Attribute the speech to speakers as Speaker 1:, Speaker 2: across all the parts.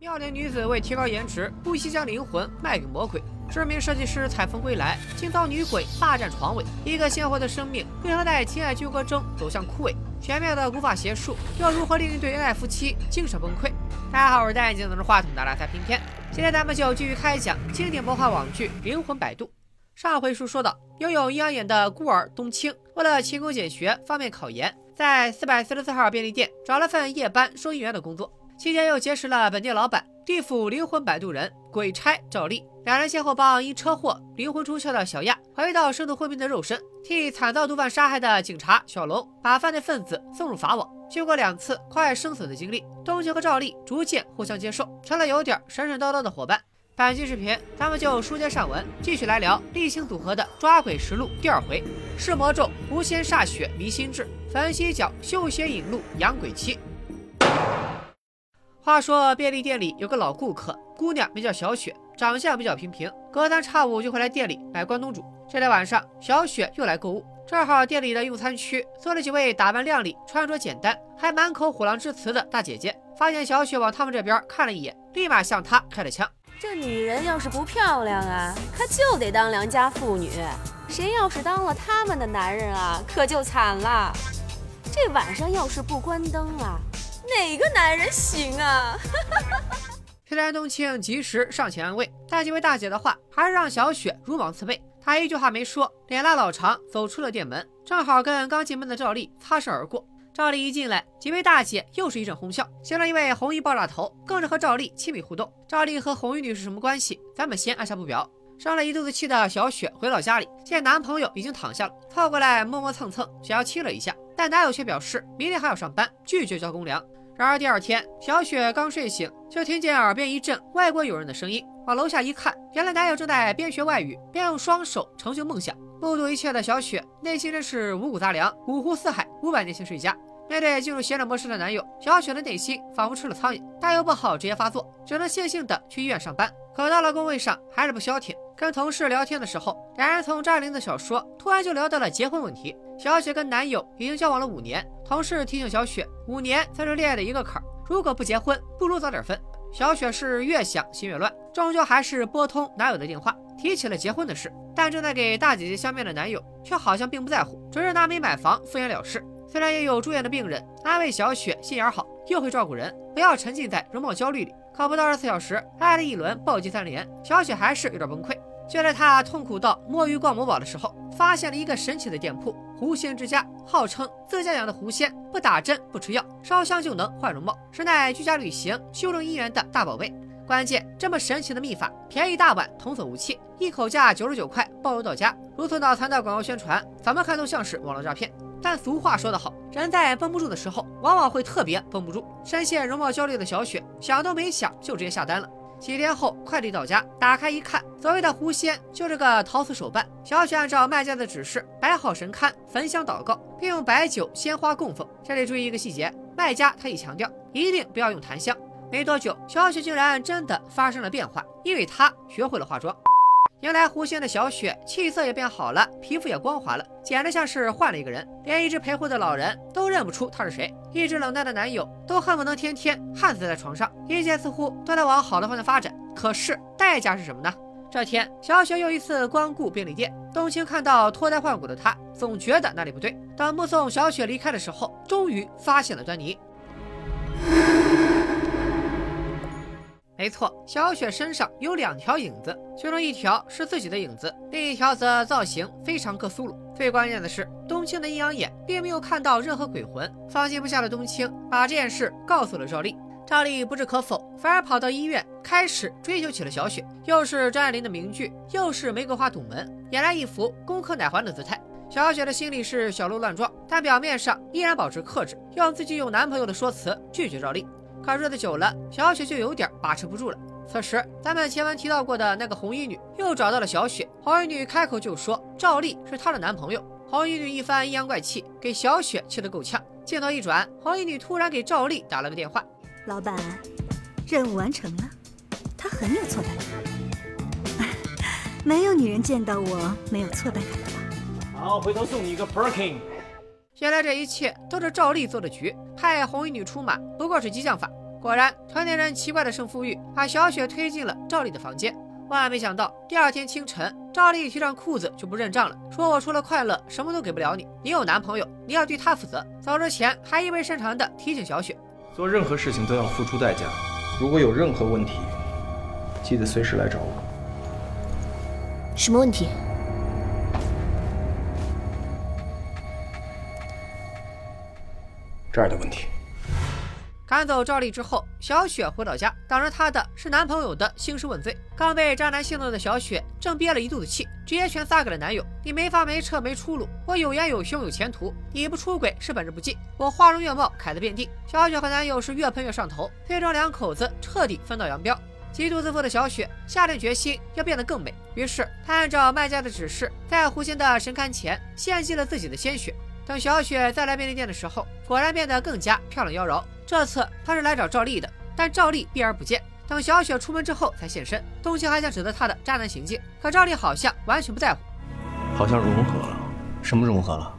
Speaker 1: 妙龄女子为提高颜值，不惜将灵魂卖给魔鬼。知名设计师采风归来，竟遭女鬼霸占床尾。一个鲜活的生命，为何在情爱纠葛中走向枯萎？玄妙的古法邪术，又如何令一对恩爱夫妻精神崩溃？大家好，我是戴眼镜拿着话筒的拉塞偏偏。今天咱们就继续开讲经典魔幻网剧《灵魂摆渡》。上回书说到，拥有阴阳眼的孤儿冬青，为了勤工俭学，方便考研，在444号便利店找了份夜班收银员的工作。期间又结识了本店老板地府灵魂摆渡人鬼差赵丽，两人先后帮因车祸灵魂出窍的小亚回到深度昏迷的肉身，替惨遭毒贩杀害的警察小龙把犯罪分子送入法网。经过2次跨越生死的经历，冬青和赵丽逐渐互相接受，成了有点神神叨叨的伙伴。本期视频咱们就书接上文，继续来聊例行组合的抓鬼实录第2回，噬魔咒狐仙煞血迷心智，焚犀角绣血引路养鬼妻。话说便利店里有个老顾客，姑娘名叫小雪，长相比较平平，隔三差五就会来店里买关东煮。这天晚上，小雪又来购物，正好店里的用餐区坐了几位打扮靓丽、穿着简单还满口虎狼之词的大姐姐，发现小雪往他们这边看了一眼，立马向她开了枪。
Speaker 2: 这女人要是不漂亮啊，她就得当良家妇女，谁要是当了他们的男人啊，可就惨了。这晚上要是不关灯啊，哪个男人行啊？
Speaker 1: 虽然冬青及时上前安慰，但几位大姐的话还是让小雪如芒刺背。她一句话没说，脸拉老长走出了店门，正好跟刚进门的赵丽擦身而过。赵丽一进来，几位大姐又是一阵哄笑，其中一位红衣爆炸头更是和赵丽亲密互动。赵丽和红衣女是什么关系，咱们先按下不表。生了一肚子气的小雪回到家里，见男朋友已经躺下了，凑过来磨磨蹭蹭，想要亲了一下，但男友却表示明天还要上班，拒绝交公粮。然而第2天，小雪刚睡醒，就听见耳边一阵外国友人的声音，往楼下一看，原来男友正在边学外语边用双手成就梦想。目睹一切的小雪内心真是五谷杂粮，五湖四海，500年前睡家。面对进入闲着模式的男友，小雪的内心仿佛吃了苍蝇，但又不好直接发作，只能悻悻地去医院上班。可到了工位上还是不消停，跟同事聊天的时候，两人从张爱玲的小说突然就聊到了结婚问题。小雪跟男友已经交往了5年，同事提醒小雪，5年才是恋爱的一个坎儿，如果不结婚，不如早点分。小雪是越想心越乱，终究还是拨通男友的电话，提起了结婚的事。但正在给大姐姐相面的男友却好像并不在乎，只是拿没买房敷衍了事。虽然也有住院的病人安慰小雪心眼好，又会照顾人，不要沉浸在容貌焦虑里，可不到24小时，爱了一轮暴击3连，小雪还是有点崩溃。就在她痛苦到摸鱼逛某宝的时候，发现了一个神奇的店铺——狐仙之家，号称自家养的狐仙，不打针不吃药，烧香就能换容貌，实乃居家旅行、修正姻缘的大宝贝。关键这么神奇的秘法，便宜大碗，童叟无欺，一口价99块，包邮到家。如此脑残的广告宣传，怎么看都像是网络诈骗。但俗话说得好，人在绷不住的时候，往往会特别绷不住。深陷容貌焦虑的小雪，想都没想就直接下单了。几天后，快递到家，打开一看，所谓的狐仙就是个陶瓷手办。小雪按照卖家的指示摆好神龛，焚香祷告，并用白酒、鲜花供奉。这里注意一个细节，卖家特意强调一定不要用檀香。没多久，小雪竟然真的发生了变化，因为她学会了化妆。原来狐仙的小雪气色也变好了，皮肤也光滑了，简直像是换了一个人，连一直陪护的老人都认不出她是谁，一直冷淡的男友都恨不能天天焊死在床上，一切似乎都在往好的方向发展。可是代价是什么呢？这天，小雪又一次光顾便利店，冬青看到脱胎换骨的她，总觉得哪里不对。等目送小雪离开的时候，终于发现了端倪。没错，小雪身上有2条影子，其中1条是自己的影子，另1条则造型非常克苏鲁。最关键的是，冬青的阴阳眼并没有看到任何鬼魂。放心不下的冬青把这件事告诉了赵丽，赵丽不置可否，反而跑到医院开始追求起了小雪。又是张爱玲的名句，又是玫瑰花堵门，俨然一副攻克奶环的姿态。小雪的心里是小鹿乱撞，但表面上依然保持克制，用自己有男朋友的说辞拒绝赵丽。可日子久了，小雪就有点把持不住了。此时，咱们前文提到过的那个红衣女又找到了小雪。红衣女开口就说赵丽是她的男朋友。红衣女一番阴阳怪气，给小雪气得够呛。镜头一转，红衣女突然给赵丽打了个电话：“
Speaker 3: 老板，任务完成了。”她很有挫败感。没有女人见到我没有挫败感的吧？
Speaker 4: 好，回头送你一个 Birkin。
Speaker 1: 原来这一切都是赵丽做的局，派红衣女出马不过是激将法。 果然，成年人奇怪的胜负欲把小雪推进了赵丽的房间。万没想到，第二天清晨，赵丽提上裤子就不认账了，说我除了快乐什么都给不了你，你有男朋友，你要对他负责。走之前还意味深长地提醒小雪，
Speaker 4: 做任何事情都要付出代价，如果有任何问题，记得随时来找我。
Speaker 2: 什么问题？
Speaker 4: 这儿的问题。
Speaker 1: 赶走赵丽之后，小雪回到家，等着她的是男朋友的兴师问罪。刚被渣男戏弄的小雪正憋了一肚子气，直接全撒给了男友。你没房没车没出路，我有颜有胸有前途，你不出轨是本质不济，我花容月貌凯得遍地。小雪和男友是越喷越上头，最终两口子彻底分道扬镳。极度自负的小雪下定决心要变得更美，于是她按照卖家的指示，在狐仙的神龛前献祭了自己的鲜血。等小雪再来便利店的时候，果然变得更加漂亮妖娆。这次她是来找赵丽的，但赵丽避而不见。等小雪出门之后才现身，冬青还想指责她的渣男行径，可赵丽好像完全不在乎。
Speaker 4: 好像融合了。什么融合了？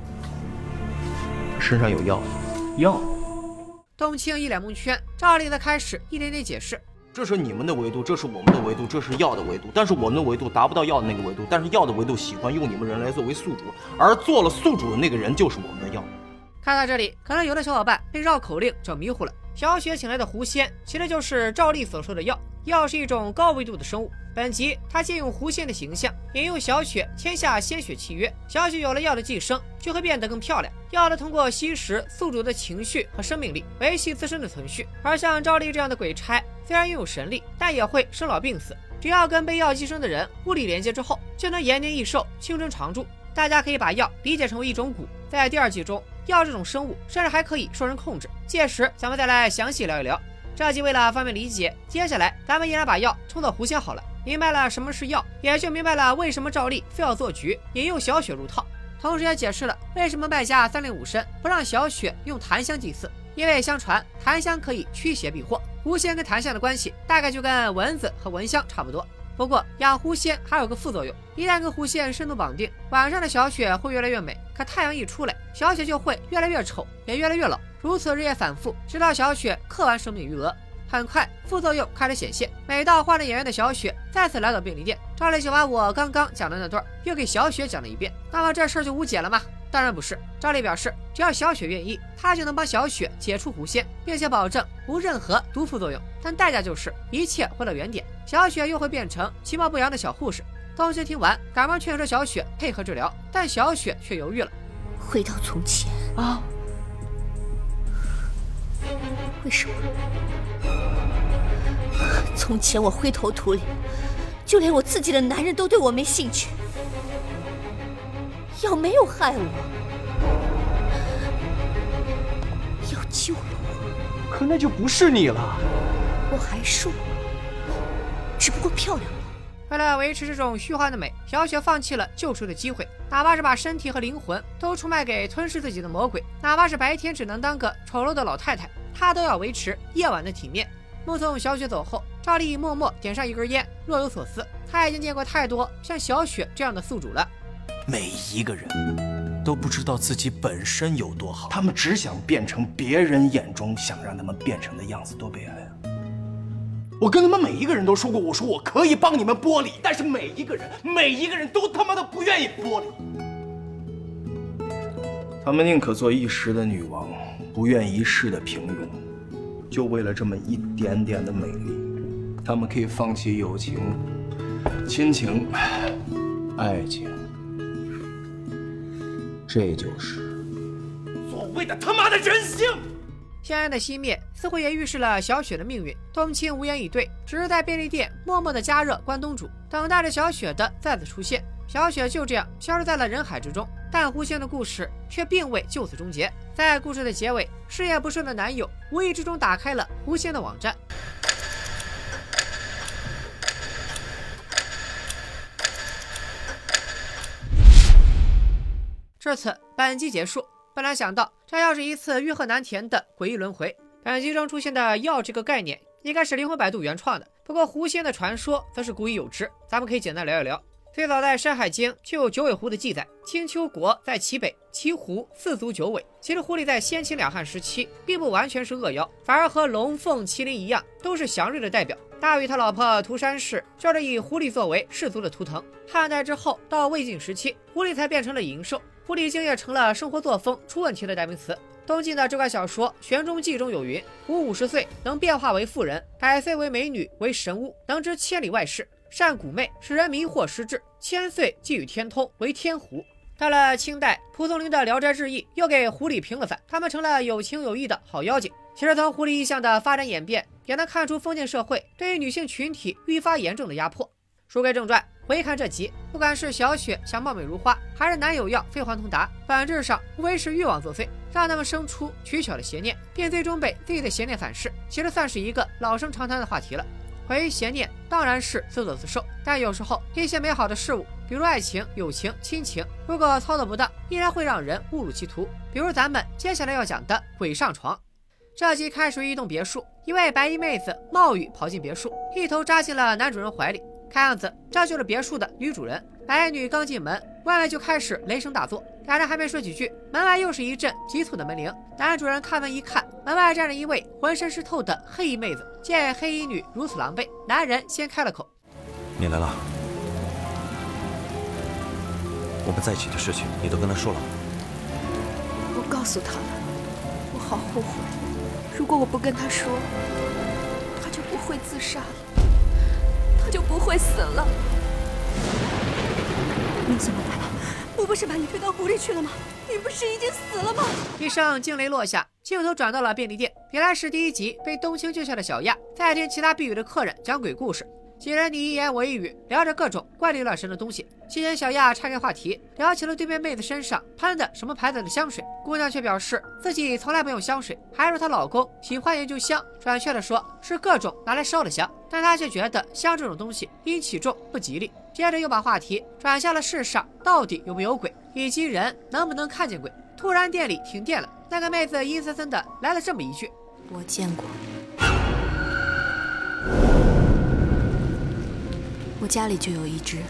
Speaker 4: 身上有药。药？
Speaker 1: 冬青一脸蒙圈，赵丽则开始一点点解释。
Speaker 5: 这是你们的维度，这是我们的维度，这是药的维度，但是我们的维度达不到药的那个维度，但是药的维度喜欢用你们人来作为宿主，而做了宿主的那个人就是我们的药。
Speaker 1: 看到这里，可能有的小伙伴被绕口令整迷糊了。小雪请来的狐仙其实就是赵丽所说的药，药是一种高维度的生物。本集他借用狐仙的形象，引诱小雪签下鲜血契约。小雪有了药的寄生，就会变得更漂亮。药的通过吸食宿主的情绪和生命力，维系自身的存续。而像赵丽这样的鬼差，虽然拥有神力，但也会生老病死。只要跟被药寄生的人物理连接之后，就能延年益寿、青春常驻。大家可以把药理解成为一种蛊。在第二季中，药这种生物甚至还可以受人控制。届时咱们再来详细聊一聊。这集为了方便理解，接下来咱们依然把药称作狐仙好了。明白了什么是药，也就明白了为什么赵丽非要做局，引诱小雪入套。同时也解释了为什么卖家305参不让小雪用檀香祭祀，因为相传檀香可以驱邪避祸。狐仙跟檀香的关系大概就跟蚊子和蚊香差不多。不过养狐仙还有个副作用，一旦跟狐仙深度绑定，晚上的小雪会越来越美，可太阳一出来，小雪就会越来越丑，也越来越老，如此日夜反复，直到小雪刻完生命余额。很快副作用开始显现，每到换了演员的小雪再次来到便利店，赵丽就把我刚刚讲的那段又给小雪讲了一遍。那么这事儿就无解了吗？当然不是。赵丽表示，只要小雪愿意，她就能帮小雪解除狐仙，并且保证无任何毒副作用，但代价就是一切回到原点，小雪又会变成其貌不扬的小护士。冬青听完赶忙劝说小雪配合治疗，但小雪却犹豫了。
Speaker 3: 回到从前
Speaker 1: 啊？
Speaker 3: 为什么？从前我灰头土脸，就连我自己的男人都对我没兴趣。药没有害我，药救了我。
Speaker 5: 可那就不是你了。
Speaker 3: 我还说，只不过漂亮了。
Speaker 1: 为了维持这种虚幻的美，小雪放弃了救赎的机会，哪怕是把身体和灵魂都出卖给吞噬自己的魔鬼，哪怕是白天只能当个丑陋的老太太，她都要维持夜晚的体面。目送小雪走后，赵丽默默点上一根烟，若有所思。她已经见过太多像小雪这样的宿主了。
Speaker 5: 每一个人都不知道自己本身有多好，他们只想变成别人眼中想让他们变成的样子，多悲哀啊！我跟他们每一个人都说过，我说我可以帮你们剥离，但是每一个人都他妈的不愿意剥离。他们宁可做一时的女王，不愿一世的平庸。就为了这么一点点的美丽，他们可以放弃友情、亲情、爱情，这就是所谓的他妈的人性。
Speaker 1: 香烟的熄灭似乎也预示了小雪的命运。冬青无言以对，只是在便利店默默地加热关东煮，等待着小雪的再次出现。小雪就这样消失在了人海之中，但狐仙的故事却并未就此终结。在故事的结尾，事业不顺的男友无意之中打开了狐仙的网站。至此，本集结束。本来想到这要是一次欲壑难填的诡异轮回。本集中出现的药这个概念应该是灵魂摆渡原创的，不过狐仙的传说则是古已有之，咱们可以简单聊一聊。 最早在《山海经》就有九尾狐的记载，青丘国在其北，其狐四足九尾。其实狐狸在先秦两汉时期并不完全是恶妖，反而和龙凤、麒麟一样，都是祥瑞的代表。大禹他老婆涂山氏照着以狐狸作为氏族的图腾。汉代之后到魏晋时期，狐狸才变成了淫兽，狐狸精也成了生活作风出问题的代名词。东晋的志怪小说《玄中记》中有云：狐50岁能变化为妇人，100岁为美女，为神巫，能知千里外事，善蛊魅，使人迷惑失智，1000岁即与天通，为天狐。到了清代，蒲松龄的《聊斋志异》又给狐狸平了反，他们成了有情有义的好妖精。其实从狐狸意象的发展演变，也能看出封建社会对于女性群体愈发严重的压迫。书归正传，回看这集，不管是小雪想貌美如花，还是男友要飞黄腾达，本质上无非是欲望作祟，让他们生出取巧的邪念，并最终被自己的邪念反噬。其实算是一个老生常谈的话题了。回邪念当然是自作自受，但有时候一些美好的事物，比如爱情、友情、亲情，如果操作不当，依然会让人误入歧途。比如咱们接下来要讲的鬼上床。这集开始于一栋别墅，一位白衣妹子冒雨跑进别墅，一头扎进了男主人怀里。看样子这就是别墅的女主人。白女刚进门，外面就开始雷声大作，俩人还没说几句，门外又是一阵急促的门铃。男主人开门一看，门外站着一位浑身湿透的黑衣妹子。见黑衣女如此狼狈，男人先开了口：
Speaker 6: 你来了，我们在一起的事情你都跟他说了？
Speaker 2: 我告诉他了，我好后悔，如果我不跟他说，他就不会自杀了，他就不会死了。
Speaker 3: 你怎么来了？我不是把你推到湖里去了吗？你不是已经死了吗？
Speaker 1: 一声惊雷落下，镜头转到了便利店。原来是第一集被冬青救下的小亚，在听其他避雨的客人讲鬼故事。几人你一言我一语，聊着各种怪力乱神的东西。期间小亚岔开话题，聊起了对面妹子身上喷的什么牌子的香水。姑娘却表示自己从来不用香水，还说她老公喜欢研究香，准确的说是各种拿来烧的香，但她却觉得香这种东西阴气重不吉利。接着又把话题转向了世上到底有没有鬼，以及人能不能看见鬼。突然店里停电了，那个妹子阴森森的来了这么一句：
Speaker 2: 我见过，我家里就有一只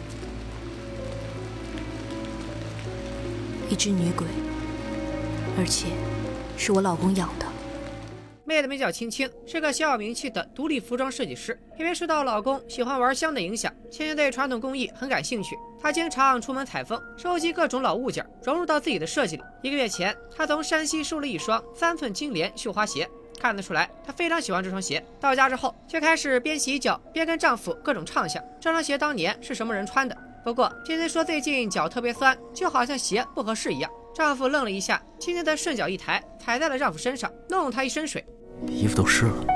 Speaker 2: 女鬼，而且是我老公养的。
Speaker 1: 妹子名叫青青，是个小有名气的独立服装设计师。因为受到老公喜欢玩香的影响，青青对传统工艺很感兴趣。她经常出门采风，收集各种老物件，融入到自己的设计里。1个月前，她从山西收了一双3寸金莲绣花鞋，看得出来她非常喜欢这双鞋。到家之后，却开始边洗脚边跟丈夫各种畅想这双鞋当年是什么人穿的。不过青青说最近脚特别酸，就好像鞋不合适一样。丈夫愣了一下，青青的顺脚一抬，踩在了丈夫身上，弄他一身水。
Speaker 6: 衣服都湿了。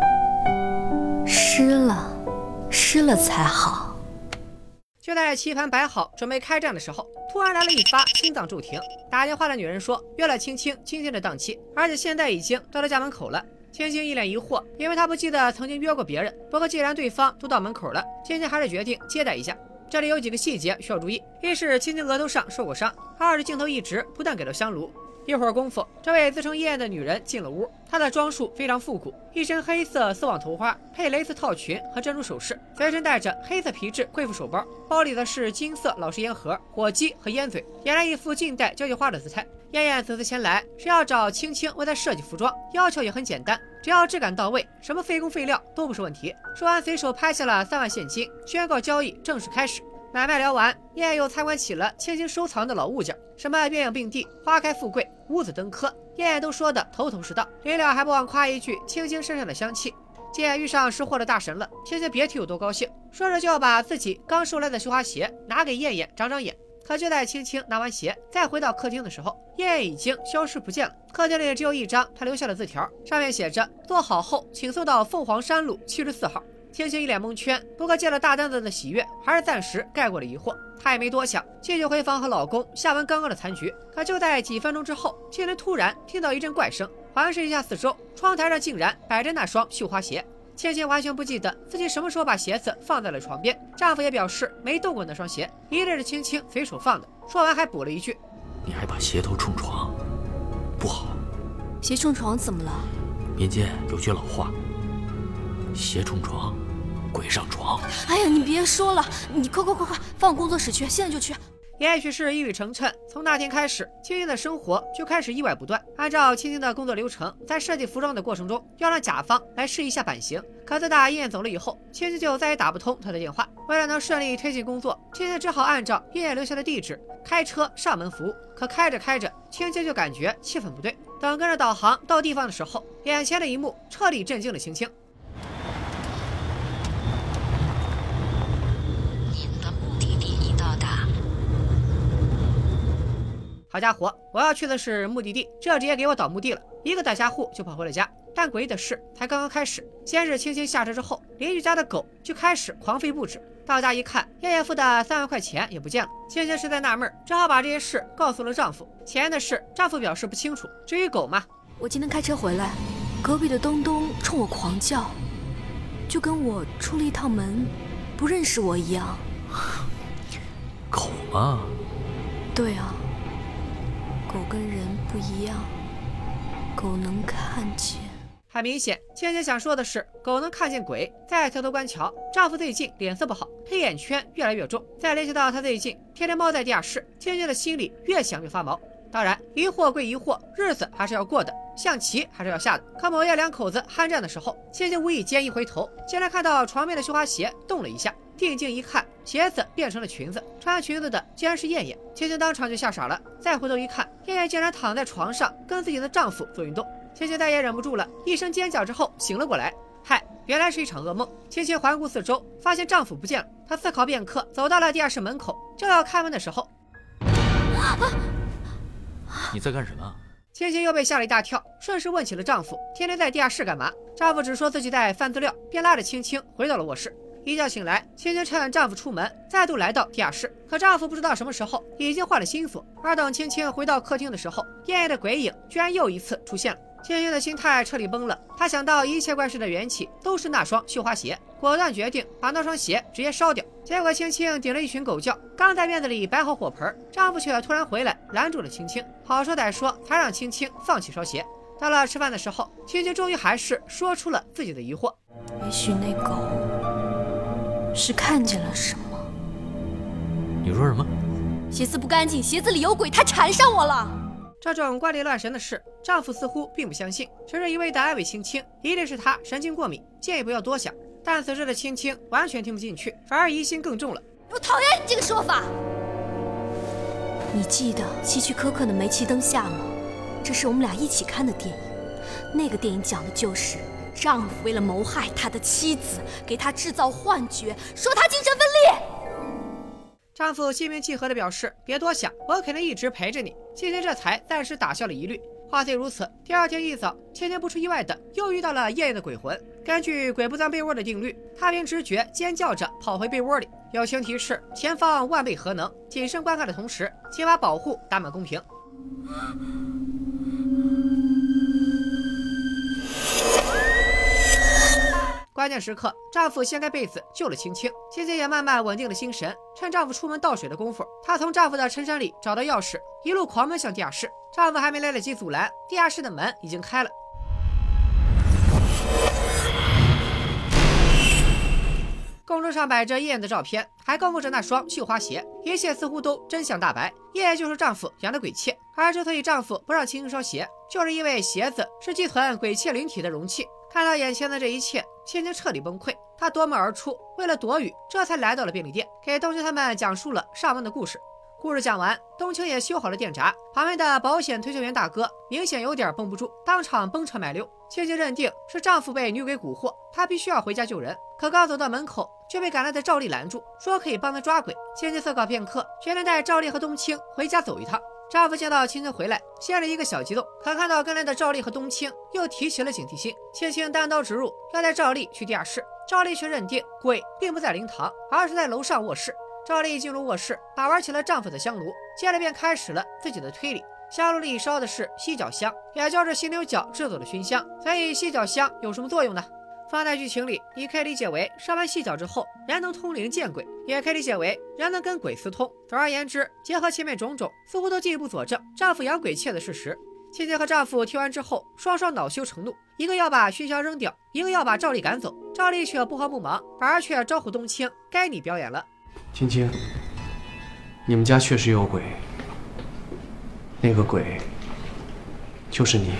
Speaker 2: 湿了才好。
Speaker 1: 就在棋盘摆好准备开战的时候，突然来了一发心脏骤停。打电话的女人说约了青青今天的档期，而且现在已经到了家门口了。青青一脸疑惑，因为她不记得曾经约过别人。不过既然对方都到门口了，青青还是决定接待一下。这里有几个细节需要注意：一是青青额头上受过伤，二是镜头一直不断给到香炉。一会儿功夫，这位自称燕燕的女人进了屋，她的装束非常复古，一身黑色丝网头花配蕾丝套裙和珍珠首饰，随身带着黑色皮质贵妇手包，包里的是金色老式烟盒、火鸡和烟嘴，俨然一副近代交际花的姿态。燕燕此次前来是要找青青为她设计服装，要求也很简单，只要质感到位，什么费工费料都不是问题。说完随手拍下了3万现金，宣告交易正式开始。买卖聊完，燕燕又参观起了青青收藏的老物件，什么鸳鸯并蒂、花开富贵、五子登科，燕燕都说得头头是道。临了还不忘夸一句青青身上的香气。既然遇上识货的大神了，青青别提有多高兴，说着就要把自己刚收来的绣花鞋拿给燕燕长长眼。可就在青青拿完鞋再回到客厅的时候，燕燕已经消失不见了。客厅里只有一张她留下的字条，上面写着做好后请送到凤凰山路74号。青青一脸蒙圈，不过见了大单子的喜悦，还是暂时盖过了疑惑。她也没多想，继续回房和老公下完刚刚的残局。可就在几分钟之后，青青突然听到一阵怪声，环视一下四周，窗台上竟然摆着那双绣花鞋。青青完全不记得自己什么时候把鞋子放在了床边，丈夫也表示没动过那双鞋，一定是青青随手放的。说完还补了一句：
Speaker 6: 你还把鞋头冲床，不好。
Speaker 2: 鞋冲床怎么了？
Speaker 6: 民间有句老话，鞋冲床鬼上床。
Speaker 2: 哎呀，你别说了，你快，放我工作室去，现在就去。
Speaker 1: 也许是一语成谶，从那天开始，青青的生活就开始意外不断。按照青青的工作流程，在设计服装的过程中，要让甲方来试一下版型。可自打燕燕走了以后，青青就再也打不通他的电话。为了能顺利推进工作，青青只好按照燕燕留下的地址开车上门服务。可开着开着，青青就感觉气氛不对。等跟着导航到地方的时候，眼前的一幕彻底震惊了青青。
Speaker 7: 您的目的地已到达。
Speaker 1: 好家伙，我要去的是目的地，这直接给我倒墓地了。一个大家户就跑回了家，但诡异的事才刚刚开始。先是青青下车之后，邻居家的狗就开始狂吠不止。到家一看，燕燕付的3万块钱也不见了。青青实在纳闷，只好把这些事告诉了丈夫。钱的事，丈夫表示不清楚。至于狗嘛，
Speaker 2: 我今天开车回来，隔壁的东东冲我狂叫，就跟我出了一趟门，不认识我一样。
Speaker 6: 狗吗？
Speaker 2: 对啊，狗跟人不一样，狗能看见。
Speaker 1: 很明显，青青想说的是狗能看见鬼。再抬头观瞧，丈夫最近脸色不好，黑眼圈越来越重。再联系到他最近天天猫在地下室，青青的心里越想越发毛。当然，疑惑归疑惑，日子还是要过的，象棋还是要下的。可某夜两口子酣战的时候，青青无意间一回头，竟然看到床边的绣花鞋动了一下。定睛一看，鞋子变成了裙子，穿裙子的竟然是燕燕。青青当场就吓傻了。再回头一看，燕燕竟然躺在床上跟自己的丈夫做运动。青青再也忍不住了，一声尖叫之后醒了过来。嗨，原来是一场噩梦。青青环顾四周，发现丈夫不见了。她思考片刻，走到了地下室门口，正要开门的时候，
Speaker 6: 你在干什么？
Speaker 1: 青青又被吓了一大跳，顺势问起了丈夫天天在地下室干嘛。丈夫只说自己在翻资料，便拉着青青回到了卧室。一觉醒来，青青趁丈夫出门，再度来到地下室。可丈夫不知道什么时候已经换了新锁。而等青青回到客厅的时候，燕燕的鬼影居然又一次出现了。青青的心态彻底崩了，她想到一切怪事的缘起都是那双绣花鞋，果断决定把那双鞋直接烧掉。结果青青顶了一群狗叫，刚在院子里摆好火盆，丈夫却突然回来拦住了青青，好说歹说才让青青放弃烧鞋。到了吃饭的时候，青青终于还是说出了自己的疑惑。
Speaker 2: 也许那狗是看见了什么。
Speaker 6: 你说什么？
Speaker 2: 鞋子不干净，鞋子里有鬼，它缠上我了。
Speaker 1: 这种怪力乱神的事，丈夫似乎并不相信，只是一味地安慰青青，一定是她神经过敏，建议不要多想。但此时的青青完全听不进去，反而疑心更重了。
Speaker 2: 我讨厌你这个说法。你记得希区柯克的《煤气灯下》吗？这是我们俩一起看的电影。那个电影讲的就是丈夫为了谋害他的妻子，给她制造幻觉，说她精神分裂。
Speaker 1: 丈夫心平气和地表示别多想，我肯定一直陪着你。青青这才暂时打消了疑虑。话虽如此，第二天一早，青青不出意外的又遇到了燕燕的鬼魂。根据鬼不钻被窝的定律，她凭直觉尖叫着跑回被窝里。友情提示：前方万倍核能，谨慎观看的同时，请把保护打满公屏。关键时刻，丈夫掀开被子救了青青，青青也慢慢稳定了心神。趁丈夫出门倒水的功夫，她从丈夫的衬衫里找到钥匙，一路狂奔向地下室。丈夫还没来得及阻拦，地下室的门已经开了。供桌上摆着燕燕的照片，还供奉着那双绣花鞋，一切似乎都真相大白。燕燕就是丈夫养的鬼妾，而之所以丈夫不让青青烧鞋，就是因为鞋子是寄存鬼妾灵体的容器。看到眼前的这一切，青青彻底崩溃。她夺门而出，为了躲雨，这才来到了便利店，给冬青他们讲述了上门的故事。故事讲完，冬青也修好了电闸，旁边的保险推销员大哥明显有点绷不住，当场崩车买溜。青青认定是丈夫被女鬼蛊惑，她必须要回家救人。可刚走到门口，却被赶来的赵丽拦住，说可以帮她抓鬼。青青思考片刻，决定带赵丽和冬青回家走一趟。丈夫见到青青回来，先是一个小激动，可看到跟来的赵丽和冬青，又提起了警惕心。青青单刀直入，要带赵丽去地下室，赵丽却认定鬼并不在灵堂，而是在楼上卧室。赵丽进入卧室，把玩起了丈夫的香炉，接着便开始了自己的推理。香炉里烧的是犀角香，也就是犀牛角制作的熏香，所以犀角香有什么作用呢？放在剧情里，你可以理解为烧完犀角之后，人能通灵见鬼，也可以理解为人能跟鬼私通。总而言之，结合前面种种，似乎都进一步佐证丈夫养鬼妾的事实。 倩倩和丈夫听完之后，双双恼羞成怒，一个要把熏香扔掉，一个要把赵丽赶走。赵丽却不慌不忙，反而却招呼冬青：“该你表演了。”
Speaker 4: 青青，你们家确实有鬼，那个鬼就是你。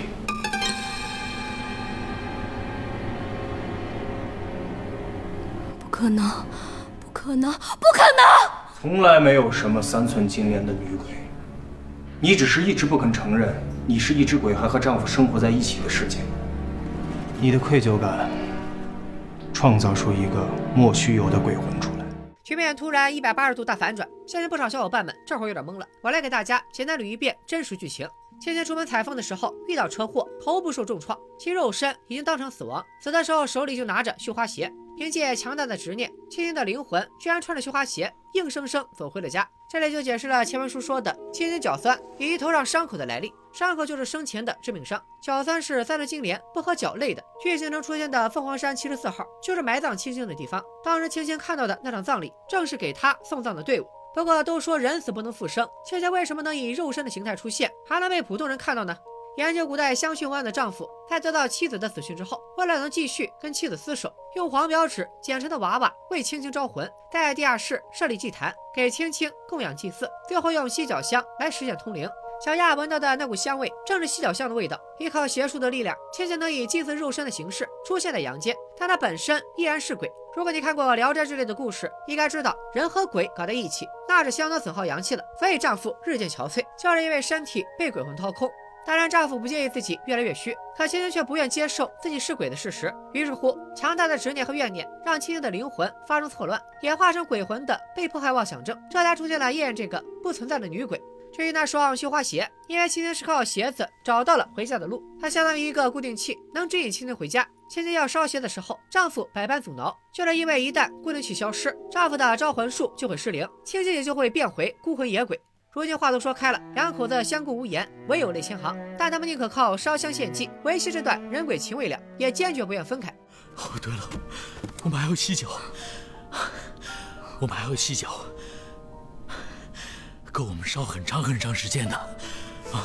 Speaker 2: 不可能，不可能，不可能！
Speaker 5: 从来没有什么3寸金莲的女鬼，你只是一直不肯承认，你是一只鬼，还和丈夫生活在一起的事情。你的愧疚感，创造出一个莫须有的鬼魂出来。
Speaker 1: 局面突然180度大反转，相信不少小伙伴们这会儿有点懵了。我来给大家简单捋一遍真实剧情。倩倩出门采风的时候遇到车祸，头部受重创，其肉身已经当场死亡。死的时候手里就拿着绣花鞋，凭借强大的执念，倩倩的灵魂居然穿着绣花鞋，硬生生走回了家。这里就解释了前文书说的青青脚酸以及头上伤口的来历。伤口就是生前的致命伤，脚酸是3寸金莲不合脚类的。剧情中出现的凤凰山74号就是埋葬青青的地方。当时青青看到的那场葬礼，正是给她送葬的队伍。不过都说人死不能复生，倩倩为什么能以肉身的形态出现，还能被普通人看到呢？研究古代香薰文案的丈夫，在得到妻子的死讯之后，为了能继续跟妻子厮守，用黄标纸剪成的娃娃为青青招魂，在地下室设立祭坛，给青青供养祭祀，最后用犀角香来实现通灵。小亚闻到的那股香味，正是犀角香的味道。依靠邪术的力量，倩倩能以祭祀肉身的形式出现在阳间，但她本身依然是鬼。如果你看过《聊斋》之类的故事，应该知道人和鬼搞在一起，那是相当损耗阳气的。所以丈夫日渐憔悴，就是因为身体被鬼魂掏空。当然，丈夫不介意自己越来越虚，可倩倩却不愿接受自己是鬼的事实。于是乎，强大的执念和怨念让倩倩的灵魂发生错乱，演化成鬼魂的被迫害妄想症，这才出现了叶燕这个不存在的女鬼。至于那双绣花鞋，因为倩倩是靠鞋子找到了回家的路，它相当于一个固定器，能指引倩倩回家。倩倩要烧鞋的时候，丈夫百般阻挠，就是因为一旦固定器消失，丈夫的招魂术就会失灵，倩倩也就会变回孤魂野鬼。如今话都说开了，两口子相顾无言，唯有泪千行。但他们宁可靠烧香献祭维系这段人鬼情未了，也坚决不愿分开。
Speaker 6: 哦，对了，我们还有犀角，够我们烧很长很长时间的啊！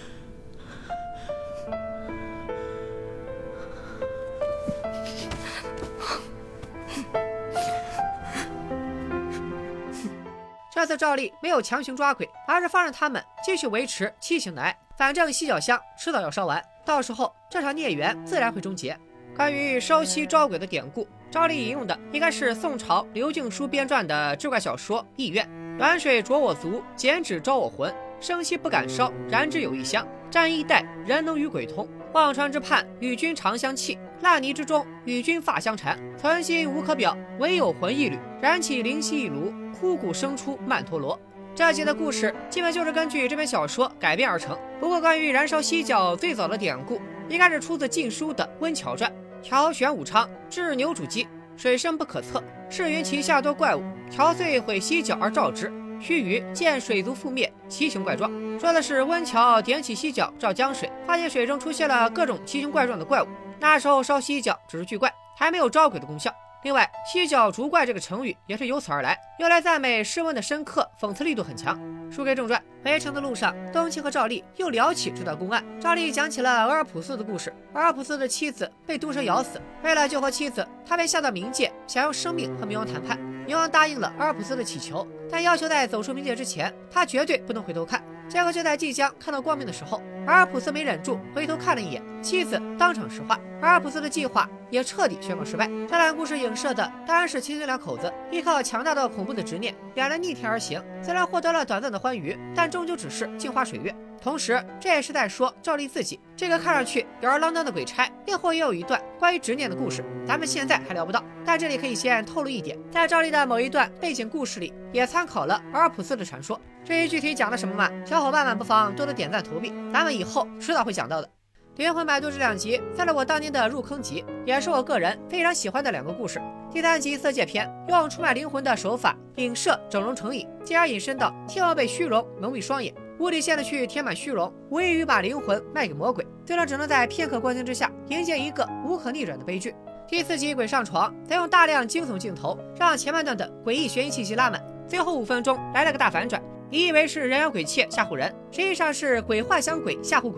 Speaker 1: 这次赵丽没有强行抓鬼，而是放任他们继续维持畸形的爱。反正犀角香迟早要烧完，到时候这场孽缘自然会终结。关于烧犀招鬼的典故，赵丽引用的应该是宋朝刘敬书编撰的志怪小说《异愿》。暖水灼我足，剪纸招我魂。生息不敢烧，燃之有异香。战衣带，人能与鬼通。忘川之畔，与君长相契。烂泥之中，与君发相缠。存心无可表，唯有魂一缕。燃起灵犀一炉，枯骨生出曼陀罗。这集的故事基本就是根据这篇小说改编而成。不过关于燃烧犀角最早的典故，应该是出自《晋书》的《温峤传》。调玄武昌，治牛主鸡，水深不可测。是云其下多怪物，调遂毁犀角而照之。须臾见水族覆灭，奇形怪状。说的是温峤点起犀角照江水，发现水中出现了各种奇形怪状的怪物。那时候烧犀角只是巨怪，还没有招鬼的功效。另外，犀角逐怪这个成语也是由此而来，用来赞美诗文的深刻，讽刺力度很强。书归正传，回城的路上，冬青和赵丽又聊起这段公案。赵丽讲起了俄尔普斯的故事。俄尔普斯的妻子被毒蛇咬死，为了救活妻子，他被下到冥界，想用生命和冥王谈判。冥王答应了俄尔普斯的祈求，但要求在走出冥界之前，他绝对不能回头看。结果就在即将看到光明的时候，俄尔普斯没忍住回头看了一眼，妻子当场石化，俄尔普斯的计划也彻底宣告失败。这段故事影射的当然是青青两口子依靠强大的恐怖的执念，两人逆天而行，虽然获得了短暂的欢愉，但终究只是镜花水月。同时，这也是在说赵丽自己这个看上去吊儿郎当的鬼差，另后也有一段关于执念的故事，咱们现在还聊不到。但这里可以先透露一点，在赵丽的某一段背景故事里，也参考了俄尔普斯的传说。至于具体讲的什么嘛，小伙伴们不妨多多点赞投币，咱们以后迟早会讲到的。灵魂摆渡这2集算是我当年的入坑集，也是我个人非常喜欢的2个故事。第3集色戒篇用出卖灵魂的手法影射整容成瘾，进而引申到天王被虚荣蒙蔽双眼，无底线的去填满虚荣，无异于把灵魂卖给魔鬼，最终只能在片刻光景之下迎接一个无可逆转的悲剧。第4集鬼上床采用大量惊悚镜头，让前半段的诡异悬疑气息拉满，最后5分钟来了个大反转，你以为是人咬鬼切吓唬人，实际上是鬼幻想鬼吓唬鬼。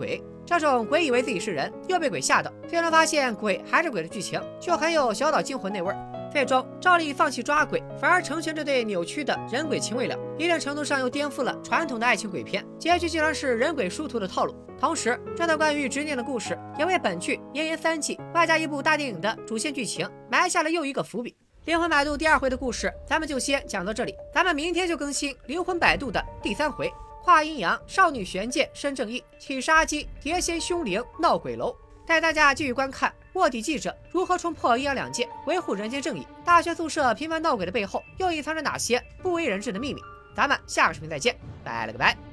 Speaker 1: 这种鬼以为自己是人，又被鬼吓到，最终发现鬼还是鬼的剧情，就很有小岛惊魂那味儿。最终，赵丽放弃抓鬼，反而成全这对扭曲的人鬼情未了，一定程度上又颠覆了传统的爱情鬼片，结局竟然是人鬼殊途的套路。同时，这段关于执念的故事，也为本剧绵延3季，外加一部大电影的主线剧情，埋下了又一个伏笔。灵魂摆渡第2回的故事，咱们就先讲到这里，咱们明天就更新灵魂摆渡的第3回。化阴阳，少女悬剑申正义，起杀机，碟仙凶灵闹鬼楼。带大家继续观看卧底记者如何冲破阴阳两界，维护人间正义。大学宿舍频繁闹鬼的背后，又隐藏着哪些不为人知的秘密？咱们下个视频再见，拜了个拜。